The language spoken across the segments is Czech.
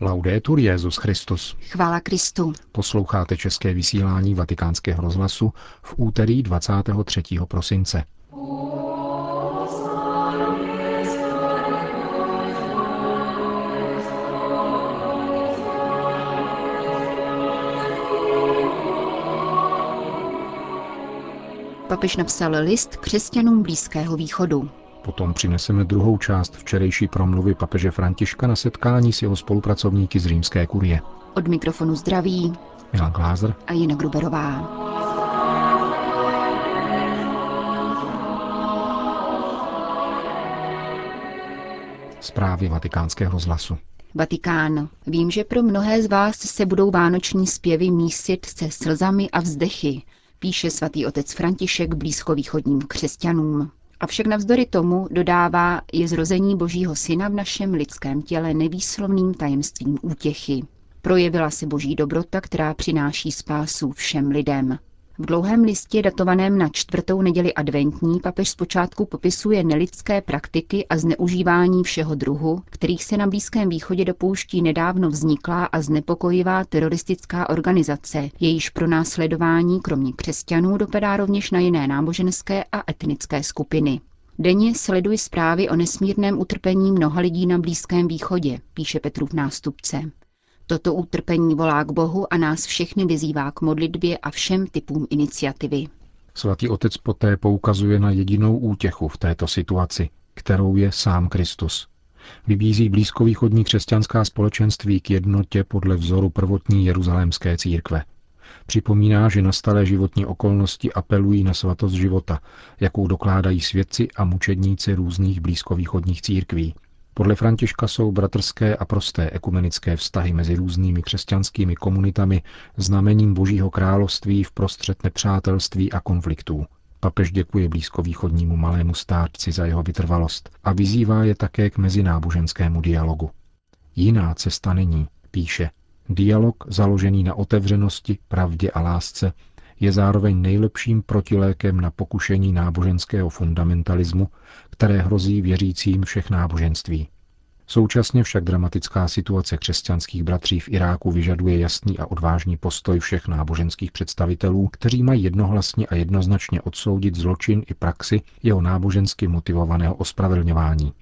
Laudetur Jesus Christus. Chvála Kristu. Posloucháte české vysílání Vatikánského rozhlasu v úterý 23. prosince. Papež napsal list křesťanům Blízkého východu. Potom přineseme druhou část včerejší promluvy papeže Františka na setkání s jeho spolupracovníky z římské kurie. Od mikrofonu zdraví Milan Glázer a Jana Gruberová. Zprávy Vatikánského rozhlasu. Vatikán. Vím, že pro mnohé z vás se budou vánoční zpěvy mísit se slzami a vzdechy, píše svatý otec František blízkovýchodním křesťanům. Avšak navzdory tomu, dodává, je zrození Božího syna v našem lidském těle nevýslovným tajemstvím útěchy. Projevila se Boží dobrota, která přináší spásu všem lidem. V dlouhém listě datovaném na 4. neděli adventní papež zpočátku popisuje nelidské praktiky a zneužívání všeho druhu, kterých se na Blízkém východě dopouští nedávno vzniklá a znepokojivá teroristická organizace, jejíž pronásledování kromě křesťanů dopadá rovněž na jiné náboženské a etnické skupiny. Denně sleduji zprávy o nesmírném utrpení mnoha lidí na Blízkém východě, píše Petrův nástupce. Toto utrpení volá k Bohu a nás všechny vyzývá k modlitbě a všem typům iniciativy. Svatý otec poté poukazuje na jedinou útěchu v této situaci, kterou je sám Kristus. Vybízí blízkovýchodní křesťanská společenství k jednotě podle vzoru prvotní jeruzalémské církve. Připomíná, že nastalé životní okolnosti apelují na svatost života, jakou dokládají svědci a mučedníci různých blízkovýchodních církví. Podle Františka jsou bratrské a prosté ekumenické vztahy mezi různými křesťanskými komunitami znamením Božího království vprostřed nepřátelství a konfliktů. Papež děkuje blízkovýchodnímu malému státci za jeho vytrvalost a vyzývá je také k mezináboženskému dialogu. Jiná cesta není, píše. Dialog založený na otevřenosti, pravdě a lásce je zároveň nejlepším protilékem na pokušení náboženského fundamentalismu, které hrozí věřícím všech náboženství. Současně však dramatická situace křesťanských bratří v Iráku vyžaduje jasný a odvážný postoj všech náboženských představitelů, kteří mají jednohlasně a jednoznačně odsoudit zločin i praxi jeho nábožensky motivovaného ospravedlňování.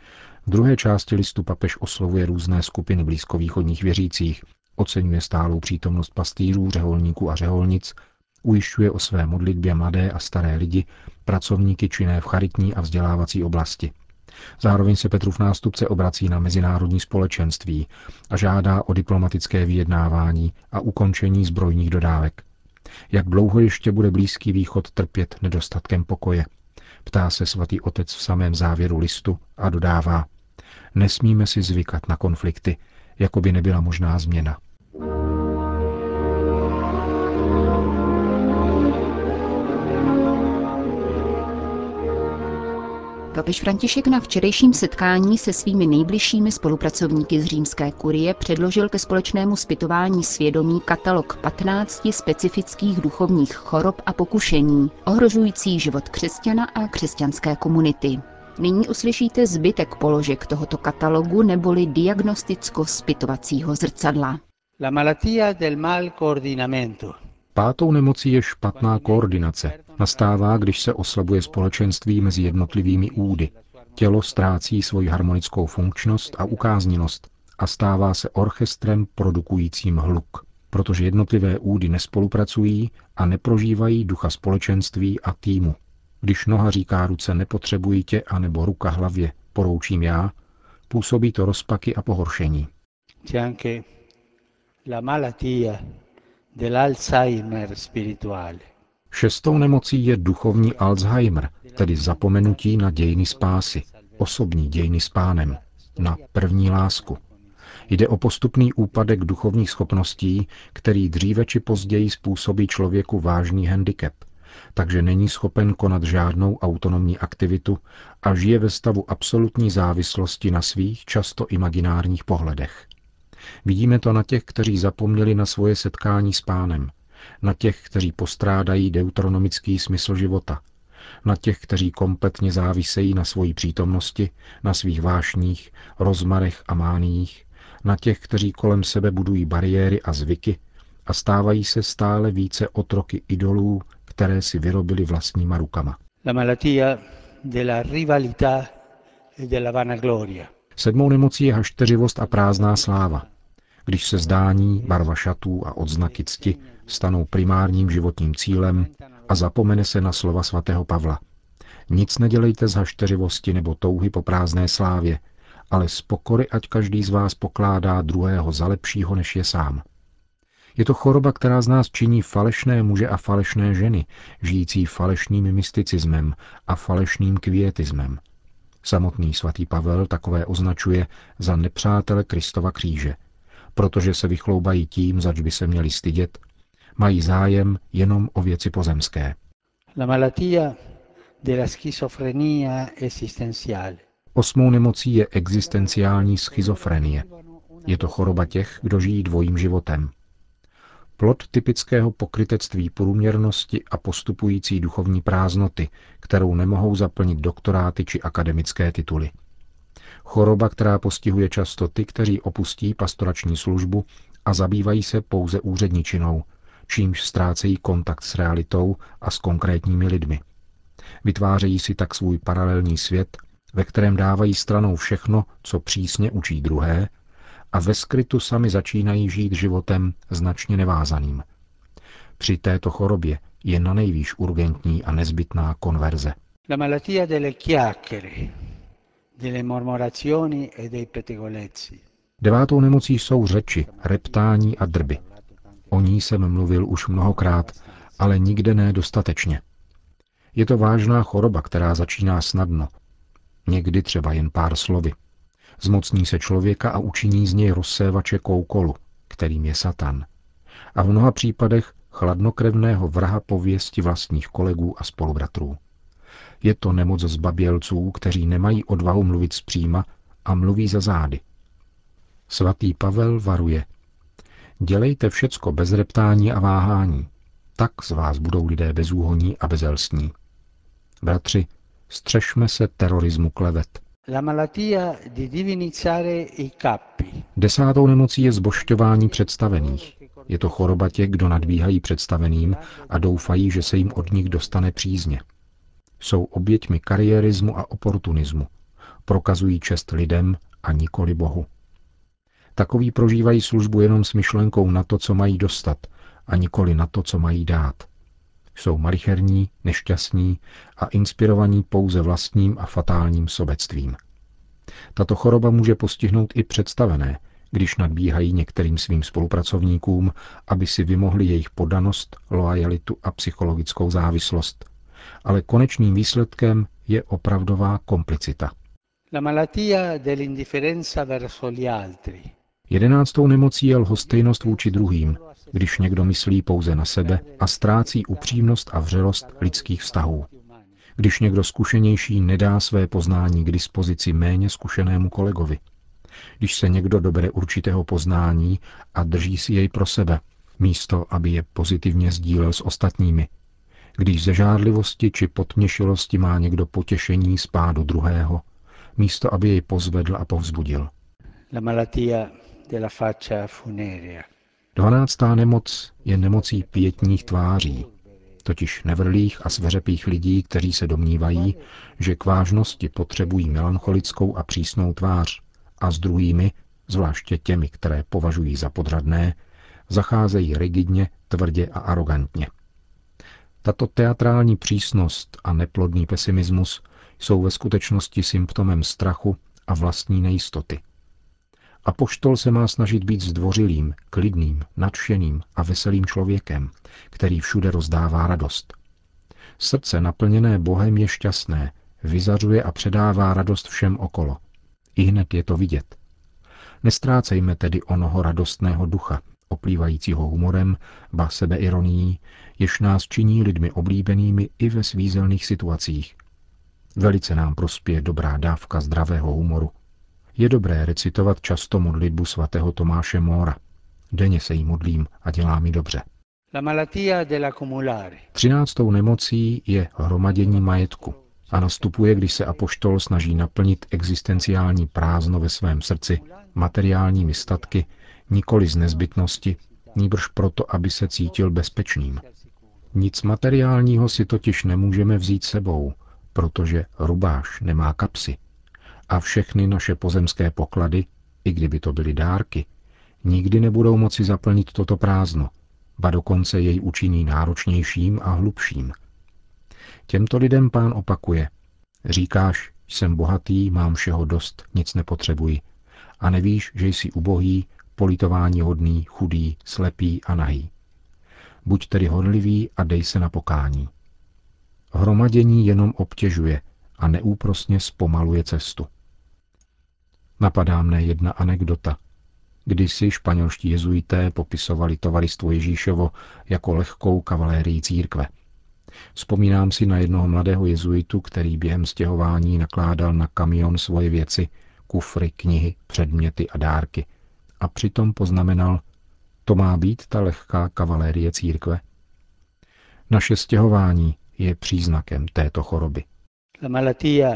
V druhé části listu papež oslovuje různé skupiny blízkovýchodních věřících, oceňuje stálou přítomnost pastýřů, řeholníků a řeholnic, ujišťuje o své modlitbě mladé a staré lidi, pracovníky činné v charitní a vzdělávací oblasti. Zároveň se Petrův nástupce obrací na mezinárodní společenství a žádá o diplomatické vyjednávání a ukončení zbrojních dodávek. Jak dlouho ještě bude Blízký východ trpět nedostatkem pokoje? Ptá se svatý otec v samém závěru listu a dodává: nesmíme si zvykat na konflikty, jako by nebyla možná změna. Papež František na včerejším setkání se svými nejbližšími spolupracovníky z římské kurie předložil ke společnému zpytování svědomí katalog 15 specifických duchovních chorob a pokušení, ohrožující život křesťana a křesťanské komunity. Nyní uslyšíte zbytek položek tohoto katalogu neboli diagnosticko-zpytovacího zrcadla. La malattia del mal coordinamento. Pátou nemocí je špatná koordinace. Nastává, když se oslabuje společenství mezi jednotlivými údy. Tělo ztrácí svoji harmonickou funkčnost a ukázněnost a stává se orchestrem produkujícím hluk, protože jednotlivé údy nespolupracují a neprožívají ducha společenství a týmu. Když noha říká ruce nepotřebuji tě, anebo ruka hlavě poroučím já, působí to rozpaky a pohoršení. La malattia dell'Alzheimer spirituale. Šestou nemocí je duchovní Alzheimer, tedy zapomenutí na dějiny spásy, osobní dějiny s Pánem, na první lásku. Jde o postupný úpadek duchovních schopností, který dříve či později způsobí člověku vážný handicap, takže není schopen konat žádnou autonomní aktivitu a žije ve stavu absolutní závislosti na svých, často imaginárních pohledech. Vidíme to na těch, kteří zapomněli na svoje setkání s Pánem, na těch, kteří postrádají deuteronomický smysl života, na těch, kteří kompletně závisejí na svojí přítomnosti, na svých vášních, rozmarech a mániích, na těch, kteří kolem sebe budují bariéry a zvyky a stávají se stále více otroky idolů, které si vyrobili vlastníma rukama. La malattia della rivalità e della vanagloria. 7. nemocí je hašteřivost a prázdná sláva. Když se zdání, barva šatů a odznaky cti stanou primárním životním cílem a zapomene se na slova svatého Pavla. Nic nedělejte z hašteřivosti nebo touhy po prázdné slávě, ale z pokory, ať každý z vás pokládá druhého za lepšího, než je sám. Je to choroba, která z nás činí falešné muže a falešné ženy, žijící falešným mysticismem a falešným kvietismem. Samotný svatý Pavel takové označuje za nepřátele Kristova kříže, protože se vychloubají tím, zač by se měli stydět, mají zájem jenom o věci pozemské. La malattia della schizofrenia esistenziale. 8. nemocí je existenciální schizofrenie. Je to choroba těch, kdo žijí dvojím životem. Plod typického pokrytectví průměrnosti a postupující duchovní prázdnoty, kterou nemohou zaplnit doktoráty či akademické tituly. Choroba, která postihuje často ty, kteří opustí pastorační službu a zabývají se pouze úředničinou, čímž ztrácejí kontakt s realitou a s konkrétními lidmi. Vytvářejí si tak svůj paralelní svět, ve kterém dávají stranou všechno, co přísně učí druhé, a ve skrytu sami začínají žít životem značně nevázaným. Při této chorobě je nanejvýš urgentní a nezbytná konverze. La malattia delle chiacchiere, delle mormorazioni e dei pettegolezzi. 9. nemocí jsou řeči, reptání a drby. O ní jsem mluvil už mnohokrát, ale nikde ne dostatečně. Je to vážná choroba, která začíná snadno. Někdy třeba jen pár slovy. Zmocní se člověka a učiní z něj rozsévače koukolu, kterým je Satan. A v mnoha případech chladnokrevného vraha pověsti vlastních kolegů a spolubratrů. Je to nemoc zbabělců, kteří nemají odvahu mluvit zpříma a mluví za zády. Svatý Pavel varuje. Dělejte všecko bez reptání a váhání. Tak z vás budou lidé bezúhonní a bezelstní. Bratři, střežme se terorismu klevet. La malattia di divinizzare i capi. 10. nemocí je zbožťování představených. Je to choroba těch, kdo nadbíhají představeným a doufají, že se jim od nich dostane přízně. Jsou oběťmi kariérismu a oportunismu. Prokazují čest lidem a nikoli Bohu. Takoví prožívají službu jenom s myšlenkou na to, co mají dostat, a nikoli na to, co mají dát. Jsou malicherní, nešťastní a inspirovaní pouze vlastním a fatálním sobectvím. Tato choroba může postihnout i představené, když nadbíhají některým svým spolupracovníkům, aby si vymohli jejich poddanost, loajalitu a psychologickou závislost. Ale konečným výsledkem je opravdová komplicita. La malattia dell'indifferenza verso gli altri. 11. nemocí je lhostejnost vůči druhým, když někdo myslí pouze na sebe a ztrácí upřímnost a vřelost lidských vztahů. Když někdo zkušenější nedá své poznání k dispozici méně zkušenému kolegovi. Když se někdo dobere určitého poznání a drží si jej pro sebe, místo aby je pozitivně sdílel s ostatními. Když ze žárlivosti či podměšilosti má někdo potěšení z pádu druhého, místo aby jej pozvedl a povzbudil. La malattia della faccia funerea. 12. nemoc je nemocí pietních tváří, totiž nevrlých a sveřepých lidí, kteří se domnívají, že k vážnosti potřebují melancholickou a přísnou tvář a s druhými, zvláště těmi, které považují za podřadné, zacházejí rigidně, tvrdě a arogantně. Tato teatrální přísnost a neplodný pesimismus jsou ve skutečnosti symptomem strachu a vlastní nejistoty. Apoštol se má snažit být zdvořilým, klidným, nadšeným a veselým člověkem, který všude rozdává radost. Srdce naplněné Bohem je šťastné, vyzařuje a předává radost všem okolo. Ihned je to vidět. Nestrácejme tedy onoho radostného ducha, oplývajícího humorem, ba sebeironií, jež nás činí lidmi oblíbenými i ve svízelných situacích. Velice nám prospěje dobrá dávka zdravého humoru. Je dobré recitovat často modlitbu svatého Tomáše Móra. Denně se jí modlím a dělá mi dobře. La malattia dell'accumulare. 13. nemocí je hromadění majetku. A nastupuje, když se apoštol snaží naplnit existenciální prázdno ve svém srdci materiálními statky, nikoli z nezbytnosti, nýbrž proto, aby se cítil bezpečným. Nic materiálního si totiž nemůžeme vzít sebou, protože rubáš nemá kapsy. A všechny naše pozemské poklady, i kdyby to byly dárky, nikdy nebudou moci zaplnit toto prázdno, ba dokonce jej učiní náročnějším a hlubším. Těmto lidem Pán opakuje: říkáš, jsem bohatý, mám všeho dost, nic nepotřebuji. A nevíš, že jsi ubohý, politováníhodný, chudý, slepý a nahý. Buď tedy horlivý a dej se na pokání. Hromadění jenom obtěžuje a neúprosně zpomaluje cestu. Napadá mne jedna anekdota. Kdysi španělští jezuité popisovali tovaristvo Ježíšovo jako lehkou kavalérii církve. Vzpomínám si na jednoho mladého jezuitu, který během stěhování nakládal na kamion svoje věci, kufry, knihy, předměty a dárky. A přitom poznamenal: to má být ta lehká kavalérie církve? Naše stěhování je příznakem této choroby. La malattia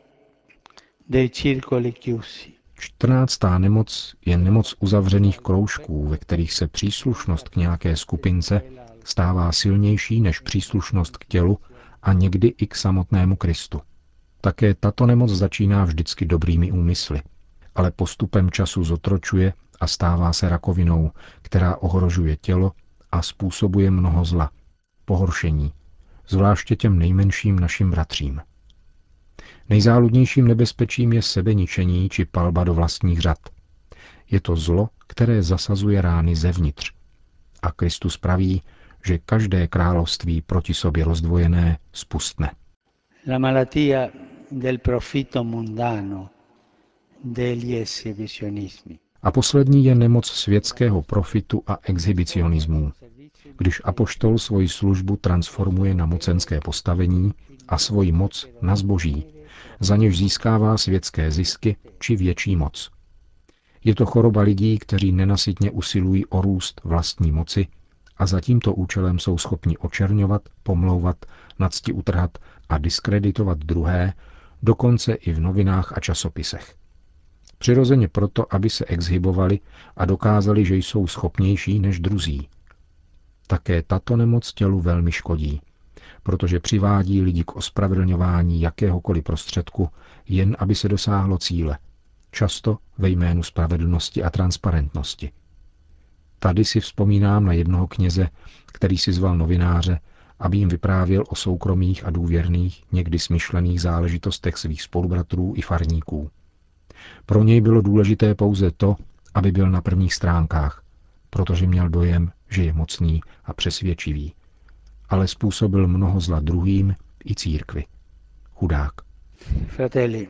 dei circoli chiusi. 14. nemoc je nemoc uzavřených kroužků, ve kterých se příslušnost k nějaké skupince stává silnější než příslušnost k tělu a někdy i k samotnému Kristu. Také tato nemoc začíná vždycky dobrými úmysly, ale postupem času zotročuje a stává se rakovinou, která ohrožuje tělo a způsobuje mnoho zla, pohoršení, zvláště těm nejmenším našim bratřím. Nejzáludnějším nebezpečím je sebeničení či palba do vlastních řad. Je to zlo, které zasazuje rány zevnitř. A Kristus praví, že každé království proti sobě rozdvojené spustne. La malattia del profitto mundano, degli esibicionismi. A poslední je nemoc světského profitu a exhibicionismu, když apoštol svoji službu transformuje na mocenské postavení a svoji moc na zboží, za něž získává světské zisky či větší moc. Je to choroba lidí, kteří nenasytně usilují o růst vlastní moci a za tímto účelem jsou schopni očerňovat, pomlouvat, nadsti utrhat a diskreditovat druhé, dokonce i v novinách a časopisech. Přirozeně proto, aby se exhibovali a dokázali, že jsou schopnější než druzí. Také tato nemoc tělu velmi škodí, protože přivádí lidi k ospravedlňování jakéhokoliv prostředku, jen aby se dosáhlo cíle, často ve jménu spravedlnosti a transparentnosti. Tady si vzpomínám na jednoho kněze, který si zval novináře, aby jim vyprávěl o soukromých a důvěrných, někdy smyšlených záležitostech svých spolubratrů i farníků. Pro něj bylo důležité pouze to, aby byl na prvních stránkách, protože měl dojem, že je mocný a přesvědčivý. Ale způsobil mnoho zla druhým i církvi. Chudák. Fratelli,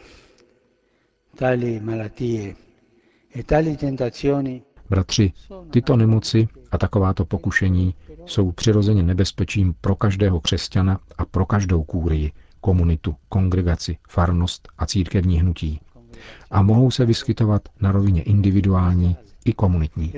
tali malattie e tali tentazioni. Bratři, tyto nemoci a takováto pokušení jsou přirozeně nebezpečím pro každého křesťana a pro každou kúrii, komunitu, kongregaci, farnost a církevní hnutí. A mohou se vyskytovat na rovině individuální i komunitní.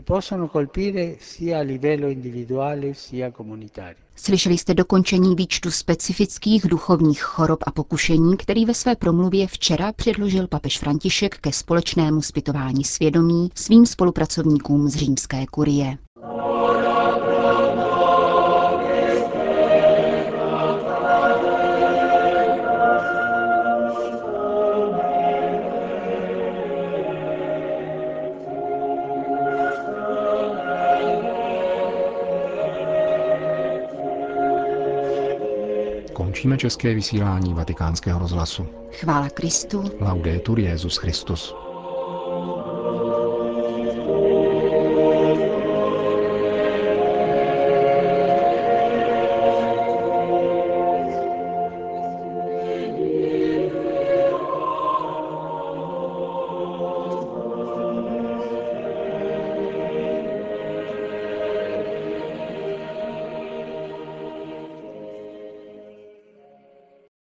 Slyšeli jste dokončení výčtu specifických duchovních chorob a pokušení, který ve své promluvě včera předložil papež František ke společnému zpytování svědomí svým spolupracovníkům z římské kurie. Končíme české vysílání Vatikánského rozhlasu. Chvála Kristu. Laudetur Jesus Christus.